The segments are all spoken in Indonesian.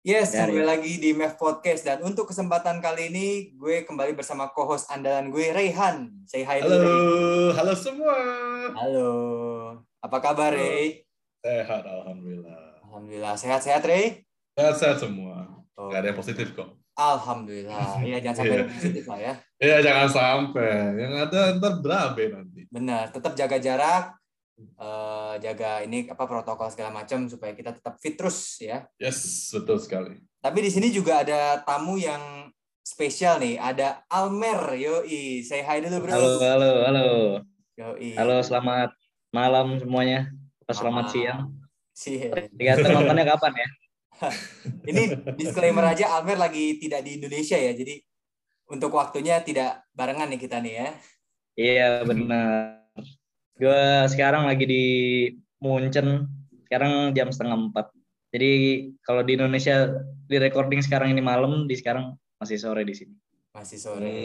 Yes, Dari. kembali lagi di MEF Podcast. Dan untuk kesempatan kali ini, gue kembali bersama co-host andalan gue, Rayhan. Say hi dulu, Ray. Halo semua. Halo. Apa kabar, Ray? Sehat, alhamdulillah. Alhamdulillah. Sehat-sehat, Ray? Sehat semua. Oh. Gak ada yang positif kok. Alhamdulillah. Ya, jangan sampai ada positif lah ya. Iya, jangan sampai. Yang ada ntar berabe nanti. Benar. Tetap jaga jarak. Jaga ini protokol segala macam supaya kita tetap fit terus ya. Yes, betul sekali. Tapi di sini juga ada tamu yang spesial nih. Ada Almer. Yoi. Say hi dulu, bro. Halo. Yoi. Halo, selamat malam semuanya. Selamat siang. Tergantung nontonnya kapan ya. Ini disclaimer aja, Almer lagi tidak di Indonesia ya. Jadi untuk waktunya tidak barengan nih kita nih ya. Iya, benar. Gue sekarang lagi di Munchen. Sekarang jam 3:30. Jadi kalau di Indonesia di recording sekarang ini malam, di sekarang masih sore di sini. Masih sore.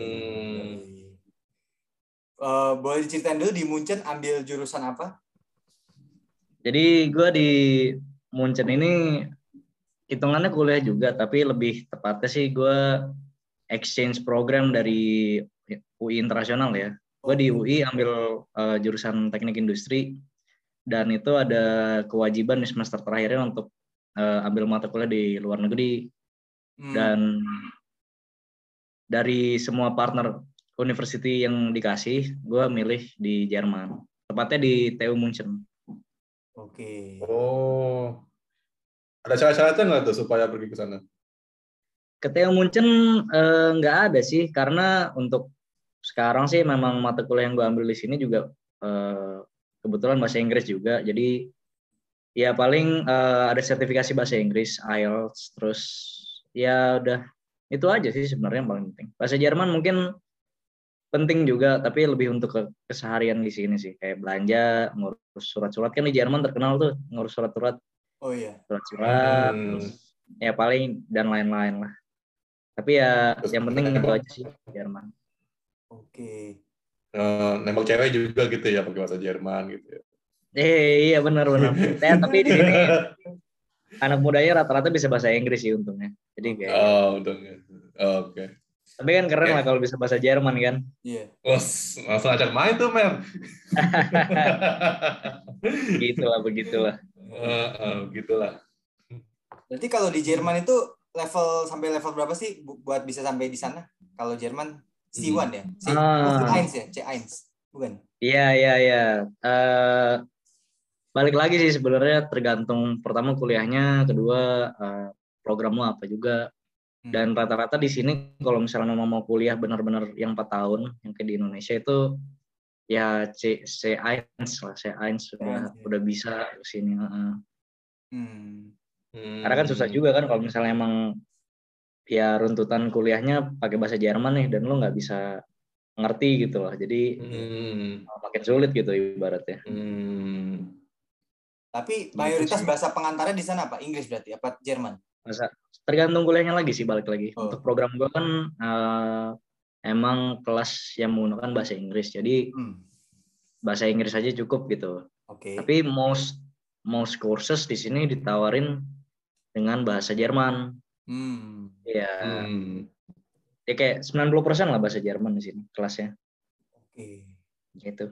Boleh diceritain dulu di Munchen ambil jurusan apa? Jadi gue di Munchen ini hitungannya kuliah juga, tapi lebih tepatnya sih gue exchange program dari UI Internasional ya. Gue di UI ambil jurusan teknik industri, dan itu ada kewajiban di semester terakhirnya untuk ambil mata kuliah di luar negeri. Dan dari semua partner university yang dikasih, gue milih di Jerman, tepatnya di TU Munchen. Oke. Oh, ada syarat-syaratnya nggak tuh supaya pergi ke sana? Ke TU Munchen nggak ada sih, karena untuk sekarang sih memang mata kuliah yang gue ambil di sini juga kebetulan bahasa Inggris juga. Jadi ya paling ada sertifikasi bahasa Inggris, IELTS, terus ya udah itu aja sih sebenarnya yang paling penting. Bahasa Jerman mungkin penting juga, tapi lebih untuk keseharian di sini sih, kayak belanja, ngurus surat-surat, kan di Jerman terkenal tuh ngurus surat-surat. Oh iya. Surat-surat, terus ya paling dan lain-lain lah. Tapi ya yang penting itu aja sih Jerman. Oke. Nembak cewek juga gitu ya pakai bahasa Jerman gitu ya. Iya benar. Tapi di sini anak mudanya rata-rata bisa bahasa Inggris sih untungnya. Jadi kayak. Untungnya. Oke. Tapi kan keren lah kalau bisa bahasa Jerman kan. Iya. Langsung ajak main tuh, Mer. Begitulah. Gitulah. Berarti kalau di Jerman itu sampai level berapa sih buat bisa sampai di sana? Kalau Jerman C1 ya? C1 ya? C1. Bukan? Iya. Balik lagi sih sebenarnya tergantung pertama kuliahnya, kedua programmu apa juga. Dan rata-rata di sini kalau misalnya mau kuliah benar-benar yang 4 tahun yang kayak di Indonesia itu ya C1 udah bisa ke sini. Karena kan susah juga kan kalau misalnya emang ya runtutan kuliahnya pakai bahasa Jerman nih dan lo nggak bisa ngerti gitu loh. Jadi makin sulit gitu ibaratnya. Tapi mayoritas bahasa pengantarnya di sana apa? Inggris berarti apa Jerman? Tergantung kuliahnya lagi sih, balik lagi. Untuk program gue kan emang kelas yang menggunakan bahasa Inggris, jadi bahasa Inggris aja cukup gitu. Tapi most courses di sini ditawarin dengan bahasa Jerman. Ya kayak 90% lah bahasa Jerman di sini kelasnya. Gitu.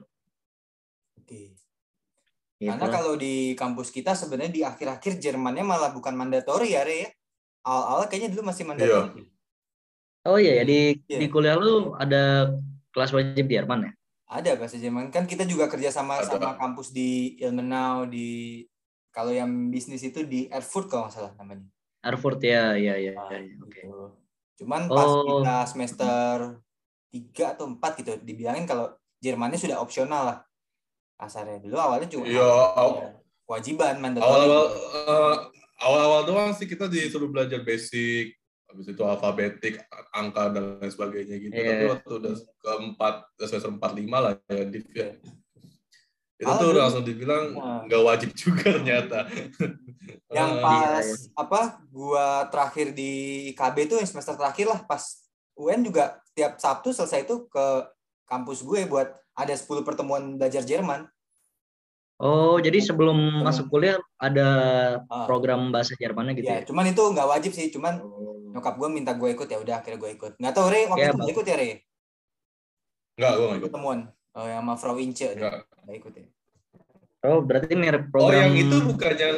Karena kalau di kampus kita sebenarnya di akhir-akhir Jermannya malah bukan mandatory ya, Re ya. Awal-awal kayaknya dulu masih mandatory. Oh iya ya, di kuliah lu ada kelas wajib Jerman ya? Ada bahasa Jerman. Kan kita juga kerja sama kampus di Ilmenau, kalau yang bisnis itu di Erfurt kalau nggak salah namanya. Erfurt ya. Oke. Cuman pas kita semester 3 atau 4 gitu dibilangin kalau Jermannya sudah opsional lah. Kasarnya dulu awalnya juga kewajiban mandatory. Awal-awal doang sih kita disuruh belajar basic, habis itu alfabetik, angka dan lain sebagainya gitu. Tapi waktu udah semester 4-5 lah ya div ya. Itu tuh langsung dibilang nggak wajib juga ternyata. Yang pas gua terakhir di IKB tuh yang semester terakhir lah, pas UN juga tiap Sabtu selesai itu ke kampus gue buat ada 10 pertemuan belajar Jerman. Oh, jadi sebelum masuk kuliah ada program bahasa Jermannya gitu ya? Cuman itu nggak wajib sih, cuman nyokap gue minta gue ikut, ya udah akhirnya gue ikut. Nggak tahu Re, waktu itu nggak ikut ya Re? Nggak, gue nggak ikut. Ketemuan sama Frau Ince nggak ikut ya? Oh, berarti mirip program. Oh, yang itu bukannya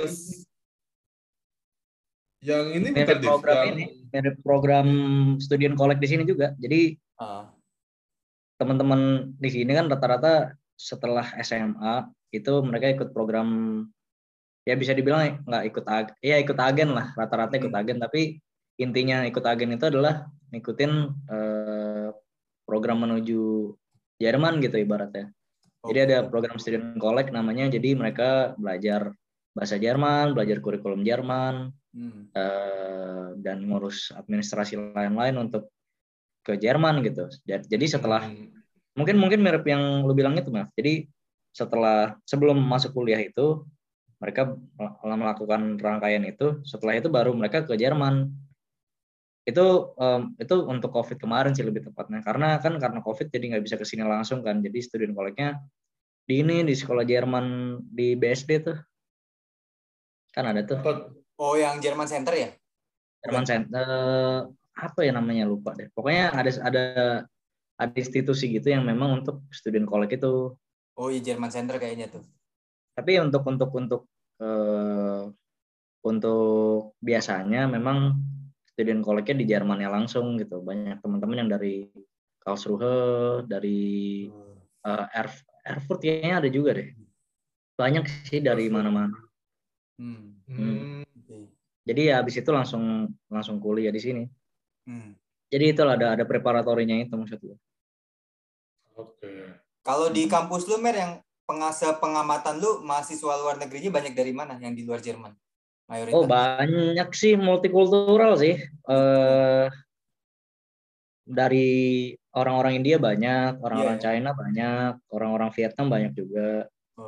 yang ini bukan program yang... ini mirip program student collect di sini juga. Jadi teman-teman di sini kan rata-rata setelah SMA itu mereka ikut program, ya bisa dibilang nggak ikut agen lah, rata-rata ikut agen, tapi intinya ikut agen itu adalah ngikutin program menuju Jerman gitu ibaratnya. Jadi ada program student collect namanya, jadi mereka belajar bahasa Jerman, belajar kurikulum Jerman, dan ngurus administrasi lain-lain untuk ke Jerman gitu. Jadi setelah mungkin mirip yang lu bilang itu, Mas. Jadi sebelum masuk kuliah itu mereka melakukan rangkaian itu, setelah itu baru mereka ke Jerman. Itu untuk COVID kemarin sih lebih tepatnya, karena COVID jadi nggak bisa kesini langsung kan, jadi student collect-nya di sekolah Jerman di BSD tuh kan ada tuh. Oh, yang Jerman Center ya? Jerman Center apa ya namanya, lupa deh. Pokoknya ada institusi gitu yang memang untuk student collect itu. Oh iya, Jerman Center kayaknya tuh. Tapi untuk biasanya memang student collect-nya di Jermannya langsung gitu. Banyak teman-teman yang dari Karlsruhe, dari Erfurt kayaknya ada juga deh. Banyak sih dari mana-mana. Jadi ya habis itu langsung kuliah di sini. Jadi itu ada preparatorinya itu maksudnya. Oke. Kalau di kampus lu Mer, yang pengamatan lu mahasiswa luar negerinya banyak dari mana yang di luar Jerman? Mayoritas. Oh, banyak sih, multikultural sih. Dari orang-orang India banyak, orang-orang China banyak, orang-orang Vietnam banyak juga.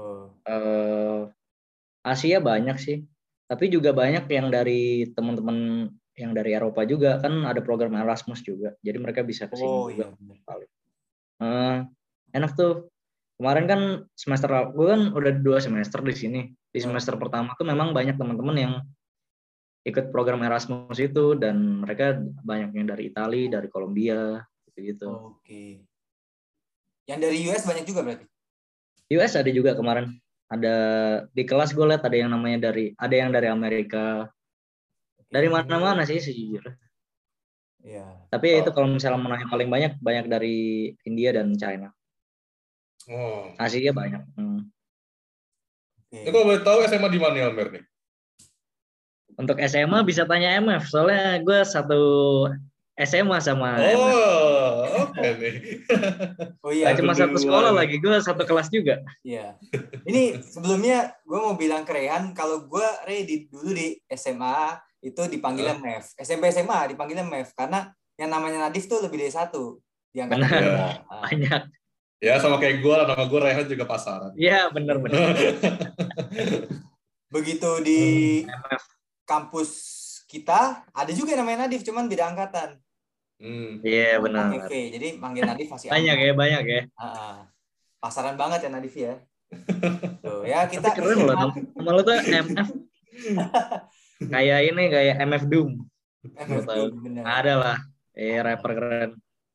Asia banyak sih. Tapi juga banyak yang dari teman-teman yang dari Eropa juga, kan ada program Erasmus juga. Jadi mereka bisa ke sini juga. Enak tuh. Kemarin kan gue kan udah 2 semester di sini. Di semester pertama tuh memang banyak teman-teman yang ikut program Erasmus itu, dan mereka banyak yang dari Italia, dari Kolombia, gitu-gitu. Oke. Yang dari US banyak juga berarti? US ada juga kemarin. Ada di kelas gue lihat ada yang dari Amerika. Dari mana-mana sih sejujurnya. Iya. Tapi itu kalau misalnya menang paling banyak dari India dan China. Asia banyak. Itu kalau boleh tahu SMA di mana Almer nih? Untuk SMA bisa tanya MF, soalnya gue satu SMA sama MF. Oke nih. Oh iya. Gak cuma satu sekolah lagi, gue satu kelas juga. Iya. Ini sebelumnya gue mau bilang ke Rehan, kalau gue dulu di SMA itu dipanggilnya MEF. SMP SMA dipanggilnya MEF karena yang namanya Nadif tuh lebih dari satu. Benar. Banyak. Ya sama kayak gue, nama gue Rehan juga pasaran. Iya benar. Begitu di kampus kita ada juga namanya Nadif, cuman beda angkatan. Iya benar. Jadi manggil Nadif masih banyak ya. Pasaran banget ya Nadif ya. Tuh ya kita. Tapi keren loh, nama lo tuh MF. kayak MF Doom. MF Doom benar. Ada lah. Rapper keren.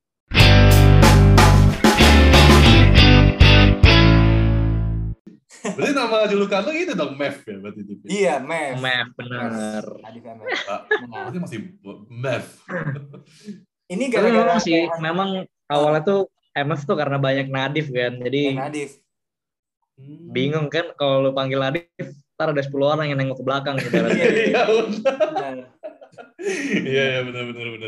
Berarti nama julukan lo itu dong, MEF ya berarti? Iya, MEF. MEF, benar. Berarti masih MEF. Ini gara-gara sih, memang awalnya tuh MF tuh karena banyak Nadif kan, jadi Nadif. Bingung kan kalau lu panggil Nadif, ntar ada 10 orang yang nengok ke belakang gitu. Iya, benar.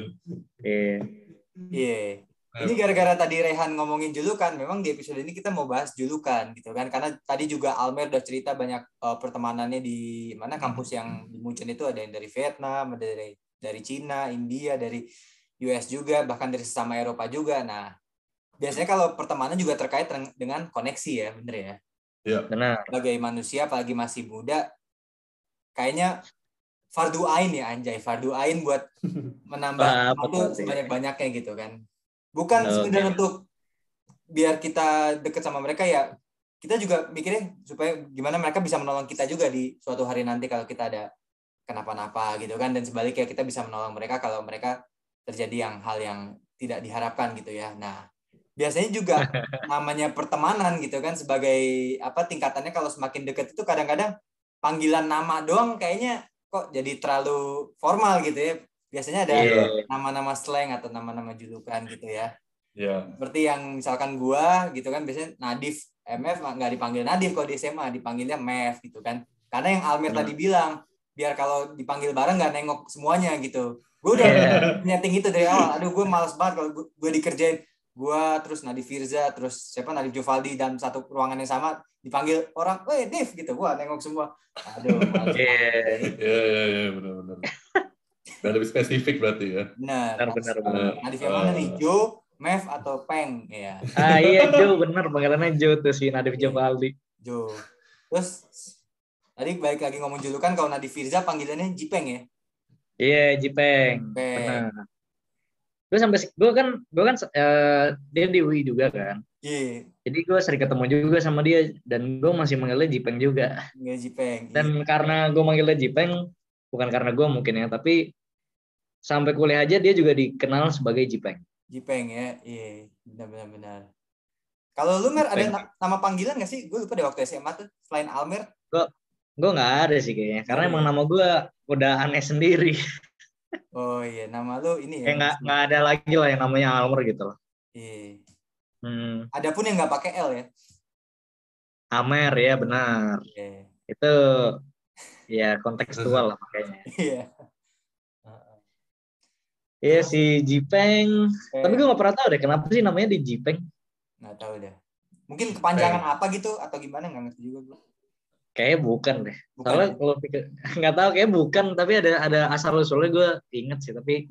Iya. Ini gara-gara tadi Rehan ngomongin julukan, memang di episode ini kita mau bahas julukan gitu kan, karena tadi juga Almer udah cerita banyak pertemanannya di mana kampus yang di Munchen itu, ada yang dari Vietnam, ada dari Cina, India, dari US juga, bahkan dari sesama Eropa juga. Nah, biasanya kalau pertemanan juga terkait dengan koneksi ya, bener ya? Iya. Benar. Sebagai manusia, apalagi masih muda, kayaknya fardu ain ya, anjay, fardu ain buat menambah waktu sebanyak-banyaknya gitu kan. Bukan sekedar untuk biar kita deket sama mereka ya, kita juga mikirnya supaya gimana mereka bisa menolong kita juga di suatu hari nanti kalau kita ada kenapa-napa gitu kan, dan sebaliknya kita bisa menolong mereka kalau mereka terjadi hal yang tidak diharapkan gitu ya. Nah, biasanya juga namanya pertemanan gitu kan, sebagai tingkatannya kalau semakin dekat itu kadang-kadang panggilan nama doang kayaknya kok jadi terlalu formal gitu ya. Biasanya ada nama-nama slang atau nama-nama julukan gitu ya. Seperti yang misalkan gua gitu kan, biasanya Nadif MF nggak dipanggil Nadif kalau di SMA, dipanggilnya Mev gitu kan. Karena yang Almir tadi bilang, biar kalau dipanggil bareng nggak nengok semuanya gitu. Gue udah nyeting itu dari awal. Aduh, gue males banget kalau gue dikerjain. Gue terus Nadif Firza, terus Nadif Jovaldi dalam satu ruangan yang sama, dipanggil orang, "Weh, Div," gitu. Gua nengok semua. Aduh, males. Iya, benar-benar. Udah lebih spesifik berarti ya. Benar. Nadif yang mana nih? Jo, Mev atau Peng ya. Iya Jo, bener panggilannya Jo tuh si Nadif Jovaldi. Jo. Terus tadi balik lagi ngomong julukan, kalau Nadif Firza panggilannya Jipeng ya. Iya, Jipeng. Benar. Gue kan dia di UI juga kan. Iya. Jadi gue sering ketemu juga sama dia dan gue masih manggilnya Jipeng juga. Iya, Jipeng. Dan karena gue manggilnya Jipeng bukan karena gue mungkin ya, tapi sampai kuliah aja dia juga dikenal sebagai Jipeng. Jipeng ya, iya, benar. Kalau lu Mer, ada nama panggilan nggak sih? Gue lupa deh waktu SMA tuh selain Almer. Gue nggak ada sih kayaknya, karena emang nama gue udah aneh sendiri. Oh iya, nama lu ini ya. Kayak nggak ada lagi lah yang namanya Almer gitu loh. Iya. Ada pun yang nggak pakai L ya. Amer ya benar. Iya. Itu ya kontekstual lah makanya. Iya. Iya si Jipeng. Tapi gue nggak pernah tahu deh kenapa sih namanya di Jipeng. Nggak tahu deh. Mungkin kepanjangan apa gitu atau gimana, nggak ngerti juga gue. Kayaknya bukan deh. Soalnya kalau pikir nggak tahu kayak bukan, tapi ada asal usulnya gue inget sih, tapi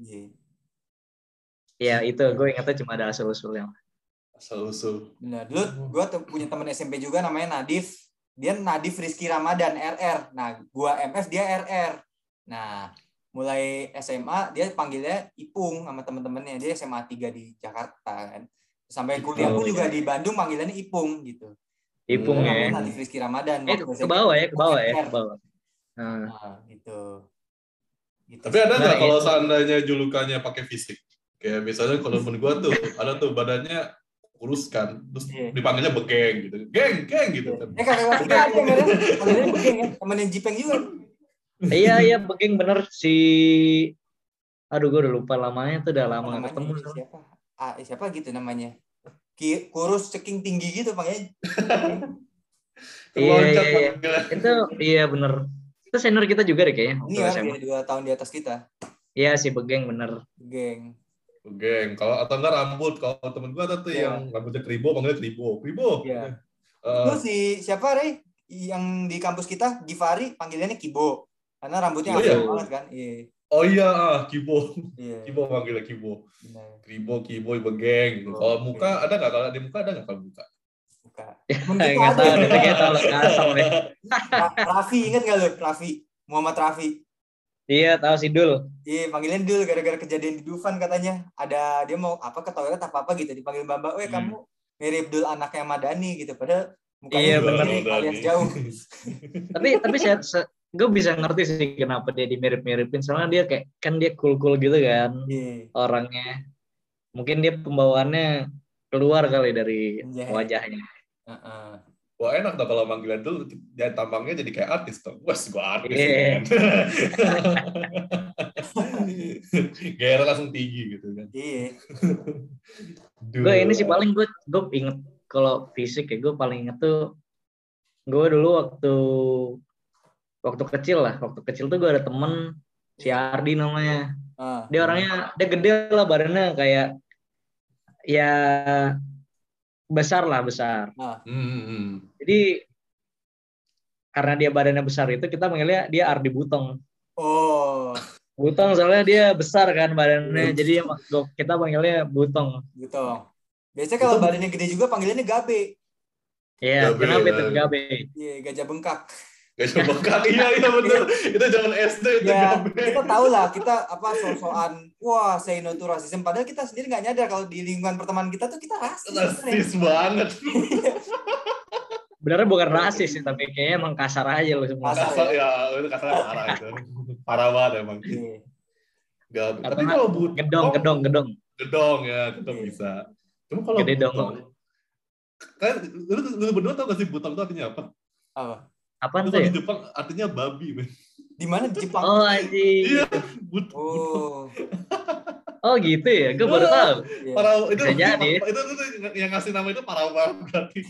ya itu gue ingetnya cuma ada asal usulnya. Asal usul. Benar. Dulu gue punya teman SMP juga namanya Nadif. Dia Nadif Rizky Ramadan RR. Nah, gue MF dia RR. Nah, mulai SMA dia panggilnya Ipung sama teman-temannya. Dia SMA 3 di Jakarta kan. Sampai kuliah pun juga di Bandung panggilannya Ipung gitu. Ipung ya. Nadif Rizky Ramadan. Ke bawah ya. Nah, gitu. Tapi ada nggak kalau seandainya julukannya pakai fisik? Kayak misalnya kalau temen gue tuh ada tuh badannya kurus kan, terus dipanggilnya Begeng gitu. Geng gitu kan. Kakak kita ada yang ada Begeng ya, temennya Jipeng juga. Iya Begeng bener si. Aduh gue udah lupa lamanya tuh, udah lama nggak ketemu. Siapa gitu namanya? Kurus ceking tinggi gitu panggilnya. Iya. Itu iya bener. Itu senior kita juga deh kayaknya. Ini 2 tahun di atas kita. Iya si Begeng bener. Begeng. Kalau atau enggak rambut, kalau temen gua ada tuh yang rambutnya kribo, panggilnya kribo. Iya. Itu siapa Rey? Yang di kampus kita, Givari, panggilannya Kibo. Karena rambutnya agak banget kan. Iya. Oh iya, Kibo. Iya. Kibo panggilnya Kibo. Kibo, Begeng. Kalau muka ada nggak? Kalau di muka ada nggak kalau muka? Nggak tahu, kayak tahu kasar deh. Raffi, ingat nggak lu? Raffi, Muhammad Raffi. Iya, tahu si Dul. Iya, panggilnya Dul gara-gara kejadian di Dufan katanya. Ada dia mau ke toilet apa gitu, dipanggil Mbak, "Weh, kamu mirip Dul anaknya Madani" gitu. Padahal mukanya alias jauh. tapi gue bisa ngerti sih kenapa dia dimirip-miripin, soalnya dia kayak kan dia cool gitu kan orangnya. Mungkin dia pembawaannya keluar kali dari wajahnya. Wah enak tuh kalau manggilan dulu, dia tampangnya jadi kayak artis tuh. Wah, gue artis. Gairah langsung tinggi gitu kan. Iya. Gue ini sih paling gue inget kalau fisik ya, gue paling inget tuh gue dulu waktu kecil tuh gue ada temen si Ardi namanya. Dia orangnya dia gede lah badannya, kayak ya besar. Jadi karena dia badannya besar itu kita manggilnya dia Ardi Butong. Oh. Butong soalnya dia besar kan badannya, jadi kita panggilnya Butong. Biasanya kalau badannya gede juga panggilannya Gabe. Iya, kenapa itu Gabe? Iya, gajah bengkak. Iya bener. Itu zaman SD itu ya, kita tahu lah, kita so-soan wah say no to racism, padahal kita sendiri nggak nyadar kalau di lingkungan pertemanan kita tuh kita rasis banget. Benernya bukan rasis sih, tapi kayaknya emang kasar aja lo semua. Kasar ya, itu kasarnya parah itu. Parah banget emang. Gak, tapi kalau gedong ya, gedong bisa. Cuma kalau gede butong, dong. kan lu berdua tau gak sih butong itu artinya apa? Apaan itu tuh? Di Jepang artinya babi, men. Di mana di Jepang? Oh anjing. Iya, Oh gitu ya, gue baru tahu. Itu bisa jadi. Itu yang ngasih nama itu parah banget berarti.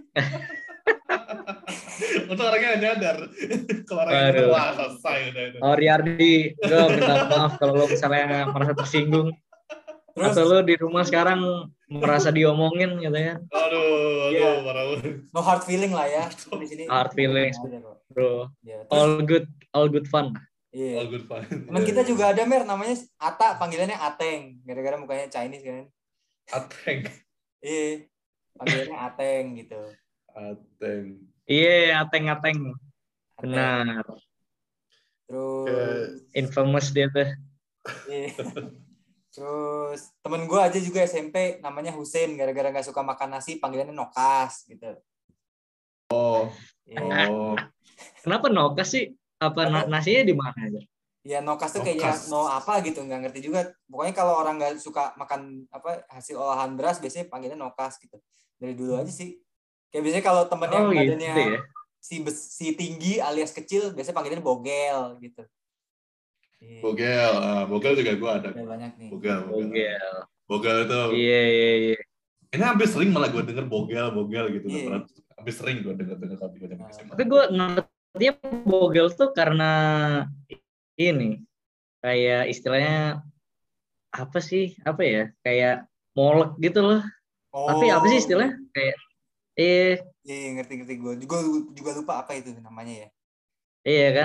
Untuk orangnya nyadar. Kalau orangnya nyadar, wah selesai udah itu. Oh Riyardi, gue minta maaf kalau lo misalnya merasa tersinggung. Terus, atau lo di rumah sekarang merasa diomongin gitu ya. Aduh, parah banget. No hard feeling lah ya. Di sini. Hard feelings, bro. Terus, all good fun. Iya. All good fun. Teman kita juga ada Mer, namanya Ata, panggilannya Ateng, gara-gara mukanya Chinese kan. Ateng. Iya. Panggilannya Ateng gitu. Ateng. Iya, Ateng. Benar. Terus infamous dia tuh. Iya. Terus temen gue aja juga SMP namanya Husein, gara-gara nggak suka makan nasi panggilannya Nokas gitu. Kenapa Nokas sih? Apa nasinya di mana aja? Ya Nokas tuh kayaknya no apa gitu, nggak ngerti juga. Pokoknya kalau orang nggak suka makan apa hasil olahan beras biasanya panggilnya Nokas gitu. Dari dulu aja sih. Kayak biasanya kalau temen yang badannya gitu ya? si tinggi alias kecil biasanya panggilannya Bogel gitu. Bogel juga gue ada. Banyak nih. Bogel itu. Iya. Ini hampir sering malah gue denger bogel gitu. Hampir sering gue denger kalau di SMA. Tapi gue ngerti Bogel tuh karena ini kayak istilahnya apa sih? Apa ya? Kayak molek gitu loh. Tapi apa sih istilahnya? Kayak ngerti gue juga lupa apa itu namanya ya. Iya kan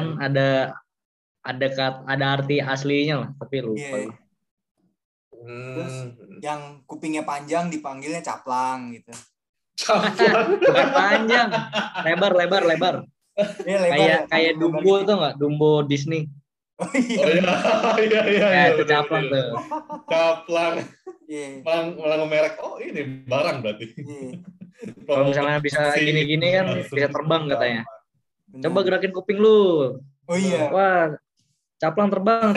ada arti aslinya lah, tapi lupa. Terus yang kupingnya panjang dipanggilnya caplang gitu. Caplang. Bukan panjang, lebar. Kayak Dumbo tuh nggak? Dumbo Disney. Oh iya. Itu caplang tuh. Caplang. Malah merek. Oh ini barang berarti. Kalau misalnya bisa gini-gini kan bisa terbang katanya. Coba gerakin kuping lu. Oh iya. Wah, caplang terbang.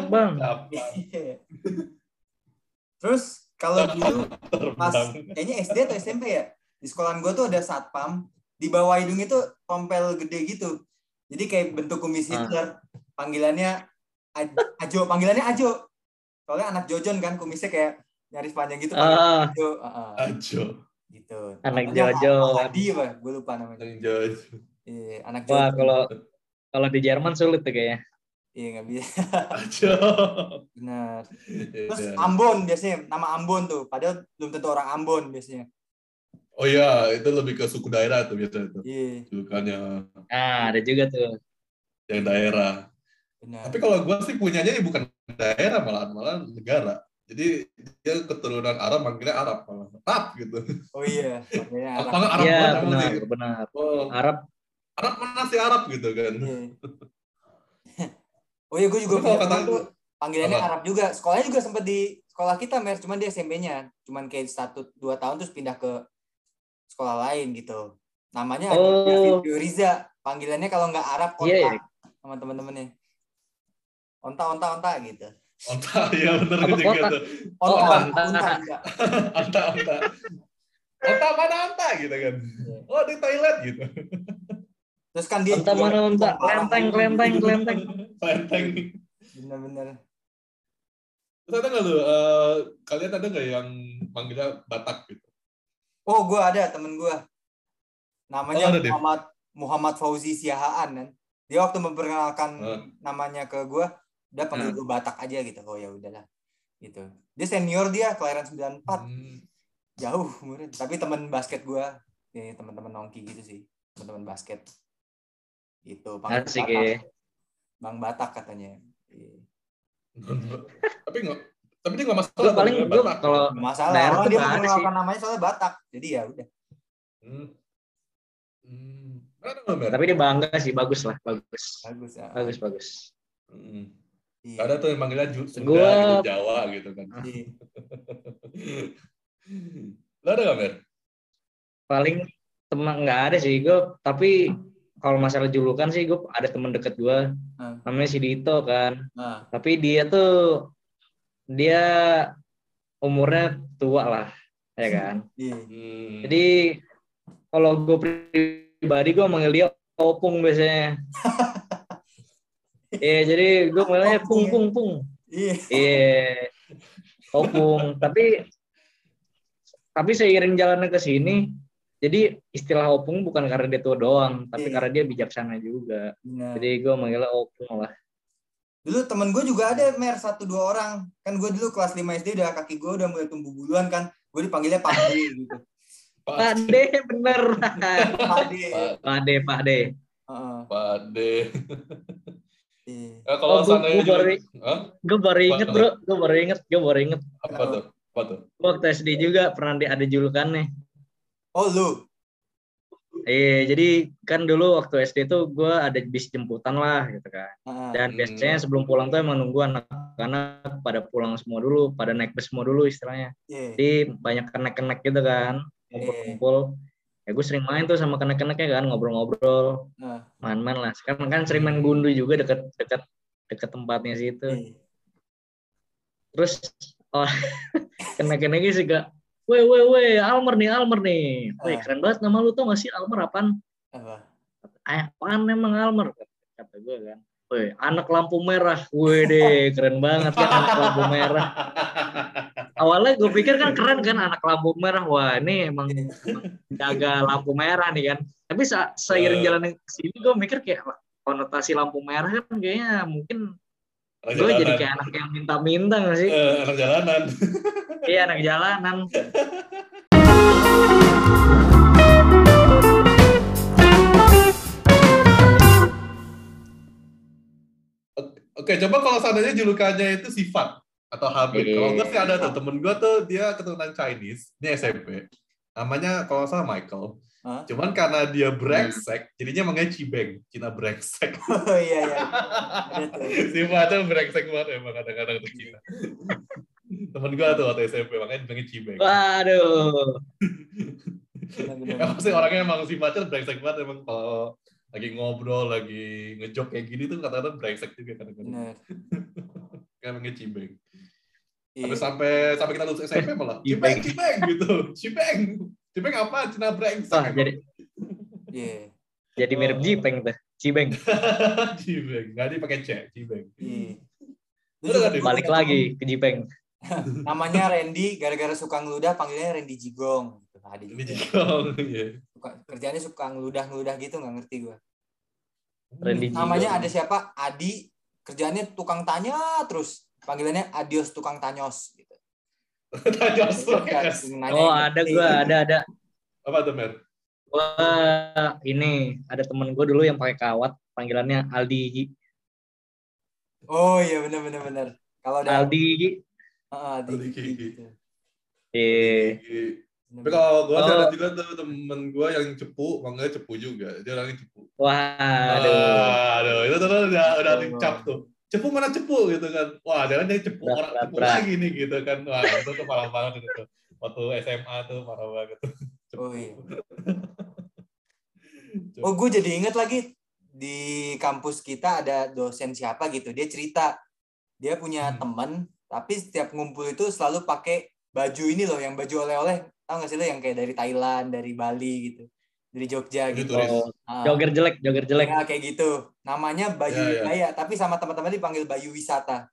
Terus kalau dulu pas kayaknya SD atau SMP ya, di sekolahan gue tuh ada satpam, di bawah hidungnya tuh tompel gede gitu. Jadi kayak bentuk kumis Hitler. Panggilannya Ajo. Soalnya anak Jojon kan kumisnya kayak nyaris panjang gitu. Ajo. Gitu. Anak Jojo. Adi apa? Gue lupa namanya. Iya, anak Jojo. Wah, kalau di Jerman sulit tuh kayaknya. Iya, nggak bisa. Benar. Terus Ambon biasanya, nama Ambon tuh. Padahal belum tentu orang Ambon biasanya. Oh iya, itu lebih ke suku daerah tuh biasanya tuh. Iya. Julukannya. Ada juga tuh. Yang daerah. Benar. Tapi kalau gue sih punyanya bukan daerah, malah negara. Jadi dia keturunan Arab, manggilnya Arab malah. Arab gitu. Oh iya, manggilnya Arab. Arab iya, benar. Arab mana sih Arab gitu kan. Iya. Oh iya, gue juga panggilannya Arab juga. Sekolahnya juga sempat di sekolah kita, Mer. Cuman dia SMP-nya. Cuman kayak 1-2 tahun terus pindah ke sekolah lain gitu. Namanya David Riza. Panggilannya kalau nggak Arab, Onta. Sama teman-temannya. Onta gitu. Onta, ya bener juga tuh. Onta. Onta mana Onta gitu kan. Oh di toilet gitu. Terus kan dia Onta mana Onta? Kelenteng. Bener. Terus ada nggak lu? Kalian ada nggak yang manggilnya Batak gitu? Oh, gue ada temen gue. Namanya Muhammad Fauzi Siahaan kan. Dia waktu memperkenalkan namanya ke gue, udah panggil gue Batak aja gitu. Oh ya udahlah. Gitu. Dia senior, dia kelahiran 94. Jauh umurnya. Tapi teman basket gue, ya, teman-teman nongki gitu sih. Teman-teman basket. Itu panggil Asik Batak. Ya. Bang Batak katanya. Tapi dia nggak masalah. Paling gue kalau masalah. Dia memperkenalkan namanya soalnya Batak. Jadi ya udah. Tapi dia bangga sih, bagus lah, bagus. Bagus. Ada tuh yang manggilnya Sunda, gitu, Jawa gitu kan. Lo ada nggak, Mer? Paling teman nggak ada sih gue, tapi kalau masalah julukan sih gue ada teman deket gue namanya si Dito kan. Tapi dia umurnya tua lah ya kan. Jadi kalau gue pribadi gue manggil dia Opung biasanya. Iya, jadi gue manggilnya Pung. Iya, Opung. Tapi seiring jalannya ke sini, jadi istilah Opung bukan karena dia tua doang, tapi karena dia bijaksana juga. Jadi gue manggilnya Opung lah. Dulu temen gue juga ada 1-2 orang. Kan gue dulu kelas 5 SD udah kaki gue udah mulai tumbuh buluan kan. Gue dipanggilnya Pak D gitu. Pak D bener. Pak D. Pak D. Kalau gue baru inget bro, gue baru inget. Apa tuh? Waktu SD juga pernah ada julukannya. Oh lu? Jadi kan dulu waktu SD tuh gue ada bis jemputan lah gitu kan. Dan biasanya sebelum pulang tuh emang nunggu anak-anak pada pulang semua dulu, pada naik bus semua dulu istilahnya. Jadi banyak kenek-kenek gitu kan, ngumpul-ngumpul. Ya gue sering main tuh sama kenek-keneknya kan, ngobrol-ngobrol, main-main lah. Sekarang kan sering main gundu juga deket tempatnya situ. Terus kenek-keneknya sih gak, weh, Almer nih. Weh, keren banget nama lu, tau gak sih Almer apaan? Apaan emang Almer? Kata gue kan. Weh, anak lampu merah. Weh deh, keren banget kan anak lampu merah. Awalnya gue pikir kan keren kan anak lampu merah. Wah, ini emang jaga lampu merah nih kan. Tapi seiring jalan ke sini gue mikir kayak konotasi lampu merah kan kayaknya mungkin gue jadi kayak anak yang minta-minta gak sih? Anak jalanan. Iya, anak jalanan. Oke, coba kalau seandainya julukannya itu sifat atau habit. Kalau gue sih ada tuh, temen gue tuh dia keturunan Chinese, ini SMP. Namanya kalau nggak salah Michael. Cuman karena dia brengsek, jadinya manggilnya Cibeng, Cina brengsek. Oh iya. Sifatnya brengsek banget emang kadang-kadang untuk Cina. Temen gue tuh waktu SMP, makanya bilangnya Cibeng. Waduh. Emang sih orangnya emang sifatnya brengsek banget emang kalau lagi ngobrol, lagi ngejok kayak gini tuh kadang-kadang brengsek juga kadang-kadang. Kayak namanya Cibeng. Tapi sampai kita lulus SMP malah Cibeng gitu. Cibeng apa? Cina brengsek. Wah, jadi mirip Jipeng tuh. Cibeng. Cibeng. Nggak dipakai C, Cibeng. Balik lagi ke Jipeng. Namanya Randy, gara-gara suka ngeludah panggilnya Randy Jigong. Randy Jigong, iya. Kerjaannya suka ngeludah gitu, nggak ngerti gue. Namanya ada siapa? Adi, kerjaannya tukang tanya terus. Panggilannya Adios tukang tanyos gitu. Tanyos. Ada. Apa tuh, Mer? Wah, ini ada temen gue dulu yang pakai kawat, panggilannya Aldi. Oh iya benar. Kalau Aldi. Aldi gitu. Tapi kalau gue ada juga tuh temen gue yang cepu, manggilnya cepu juga. Dia orangnya cepu. Waduh. Itu tuh udah dicap tuh. Cepu mana cepu gitu kan. Wah, dia cepu orang cepu lagi nih gitu kan. Wah, itu tuh parah banget itu. Waktu SMA tuh parah banget. Oh iya. Oh, gue jadi inget lagi di kampus kita ada dosen siapa gitu. Dia cerita dia punya teman, tapi setiap ngumpul itu selalu pakai baju ini loh, yang baju oleh-oleh. Tahu nggak sih lo yang kayak dari Thailand, dari Bali gitu, dari Jogja gitu. Joger jelek. Ya, kayak gitu. Namanya Bayu Wijaya, tapi sama teman-teman dipanggil Bayu Wisata.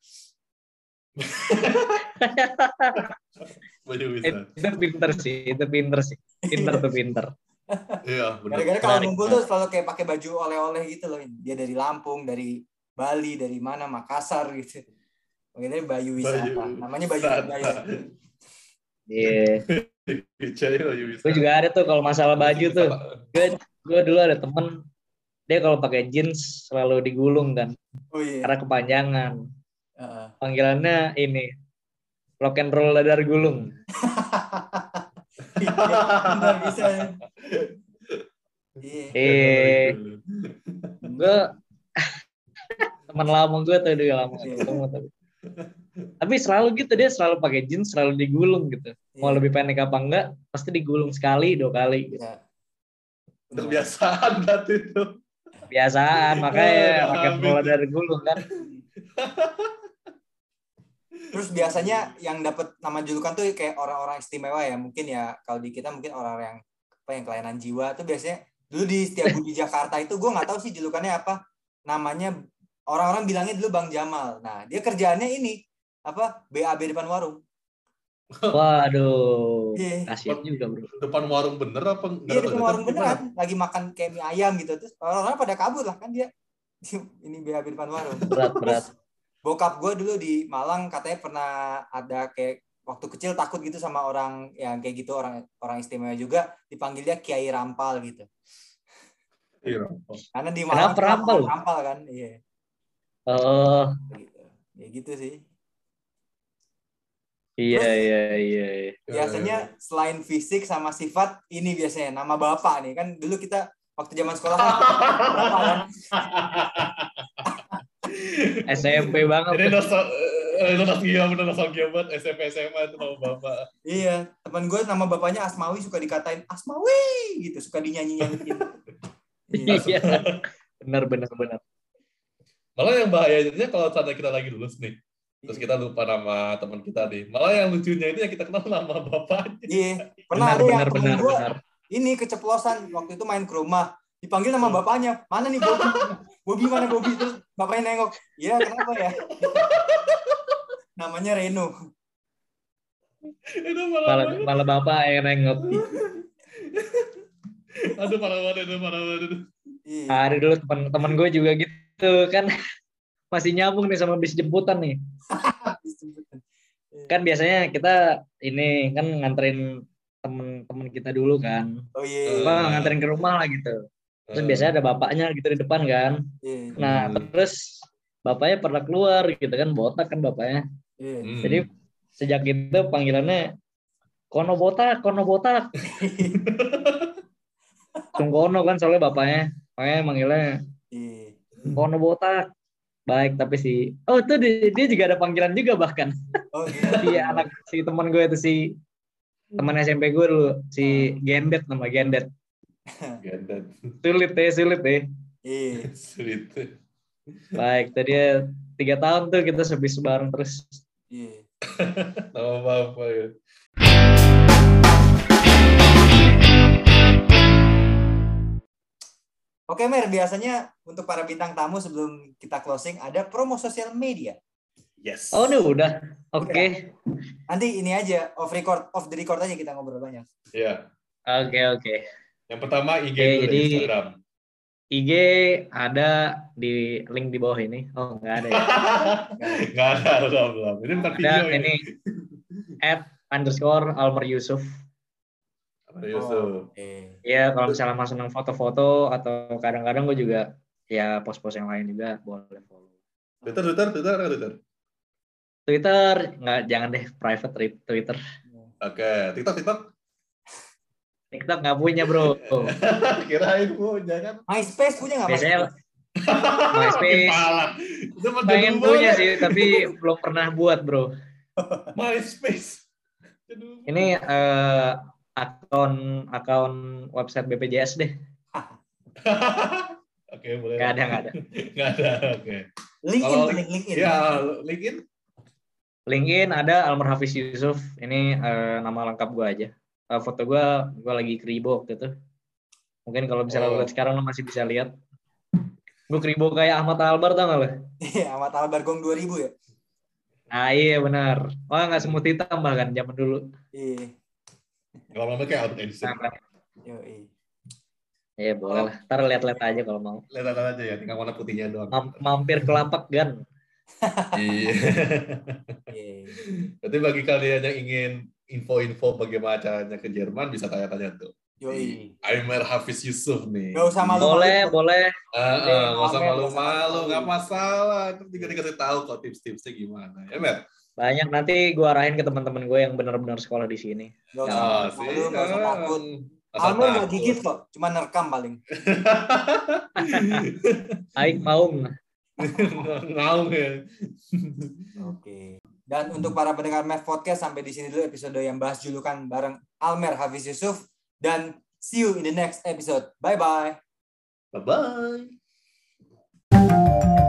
Bayu Wisata. Itu pinter sih. Pinter. Iya, benar. Gara-gara kalau ngumpul tuh selalu kayak pakai baju oleh-oleh gitu loh. Dia dari Lampung, dari Bali, dari mana, Makassar gitu. Makanya Bayu Wisata. Namanya Bayu Wijaya. Iya. Gue juga ada tuh kalau masalah baju tuh. Gue dulu ada temen, dia kalau pakai jeans selalu digulung kan. Oh iya. Karena kepanjangan. Panggilannya ini, rock and roll dadar gulung. Nggak bisa. Gue teman lama gue tuh dia lama ketemu tapi selalu gitu, dia selalu pakai jeans, selalu digulung gitu. Mau lebih pendek apa enggak, pasti digulung sekali 2 kali gitu. Udah kebiasaan berarti itu. Kebiasaan, makanya makan bola dari gulung kan. Terus biasanya yang dapat nama julukan tuh kayak orang-orang istimewa ya, mungkin ya kalau di kita mungkin orang-orang yang kelainan jiwa tuh biasanya dulu di Setiabudi Jakarta itu gue nggak tahu sih julukannya apa, namanya orang-orang bilangnya dulu Bang Jamal. Nah dia kerjaannya ini BAB depan warung. Waduh, kasihan juga bro. Depan warung bener apa? Iya depan warung beneran, lagi makan kayak mie ayam gitu, terus orang-orang pada kabur lah kan dia ini BAB depan warung. Berat. Bokap gue dulu di Malang katanya pernah ada kayak waktu kecil takut gitu sama orang yang kayak gitu, orang istimewa juga, dipanggilnya Kiai Rampal gitu. Iya. Karena di Malang rampal kan, iya. Oh. Gitu. Ya gitu sih. Iya. Biasanya selain fisik sama sifat, ini biasanya nama bapak nih kan, dulu kita waktu zaman sekolah kan bapak kan. SMP banget. Ini nostalgia banget SMP SMA itu nama bapak. Iya, teman gue nama bapaknya Asmawi, suka dikatain Asmawi gitu, suka dinyanyiin. Iya. Benar. Malah yang bahayanya kalau saat kita lagi lulus nih, terus kita lupa nama teman kita nih. Malah yang lucunya itu yang kita kenal nama bapaknya. Iya, pernah ada yang temen gue ini keceplosan waktu itu main ke rumah, dipanggil nama bapaknya, mana nih Bobby mana Bobby, terus bapaknya nengok, iya kenapa ya? Namanya Reno. Itu malah bapak yang nengok. Aduh parah banget. Ada dulu teman gue juga gitu kan, masih nyambung nih sama bis jemputan nih. Kan biasanya kita ini kan nganterin temen kita dulu kan. Oh iya. Nganterin ke rumah lah gitu. Terus biasanya ada bapaknya gitu di depan kan. Nah terus bapaknya pernah keluar gitu kan, botak kan bapaknya. Jadi sejak itu panggilannya Kono botak. Sungkono kan soalnya bapaknya. Makanya manggilnya Kono botak. Baik tapi itu dia juga ada panggilan juga bahkan. Oh gitu. Iya anak si teman gue itu teman SMP gue dulu, si Gendet, nama Gendet. Sulit deh. Iya. Sulit. Baik, tadi 3 tahun tuh kita sebis bareng terus. Iya. Apa ya. Oke Mer, biasanya untuk para bintang tamu sebelum kita closing ada promo sosial media. Yes. Oh ini udah. Oke. Nanti ini aja off the record aja kita ngobrol banyak. Iya. Oke. Yang pertama IG dulu di Instagram. IG ada di link di bawah ini. Oh nggak ada ya? Nggak ada, belum. Ini bukan video ini. @_AlmerYusuf. Iya, kalau misalnya mau seneng foto-foto atau kadang-kadang gue juga ya post-post yang lain juga boleh follow. Twitter nggak, jangan deh, private Twitter. Oke, TikTok nggak punya bro. Kirain punya kan? MySpace punya nggak? Biasanya MySpace pengen punya sih, tapi belum pernah buat bro. MySpace. Ini akun website BPJS deh. Oke, boleh. Nggak ada. Oke. LinkedIn. Ya, LinkedIn ada Almer Hafiz Yusuf. Ini nama lengkap gue aja. Foto gue lagi kribo waktu itu. Mungkin kalau misalnya lihat sekarang lo masih bisa lihat. Gue kribo kayak Ahmad Albar, tau gak lo? Iya, Ahmad Albar Gong 2000 ya? Ah iya benar. Wah nggak semut hitam bahkan zaman dulu. Iya. Lama-lama kayak Albert Einstein. Iya boleh lah. Ntar lihat-lihat aja kalau mau. Lihat aja ya, tinggal warna putihnya doang. Mampir ke Lapak Gan. Iya. Berarti bagi kalian yang ingin info-info bagaimana caranya ke Jerman bisa tanya-tanya tuh. Almer Hafiz Yusuf nih. Gak usah malu-malu. Boleh. Gak usah malu-malu, gak masalah. Itu juga dikasih tahu kok tips-tipsnya gimana. Ya Mer? Banyak, nanti gue arahin ke teman-teman gue yang benar-benar sekolah di sini. Gak usah takut. Almer gak gigit kok, cuma nerekam paling. Aik maung. Ngaung ya. Oke. Dan untuk para pendengar MEF Podcast, sampai di sini dulu episode yang bahas julukan bareng Almer Hafiz Yusuf. Dan See you in the next episode. Bye-bye. Bye-bye.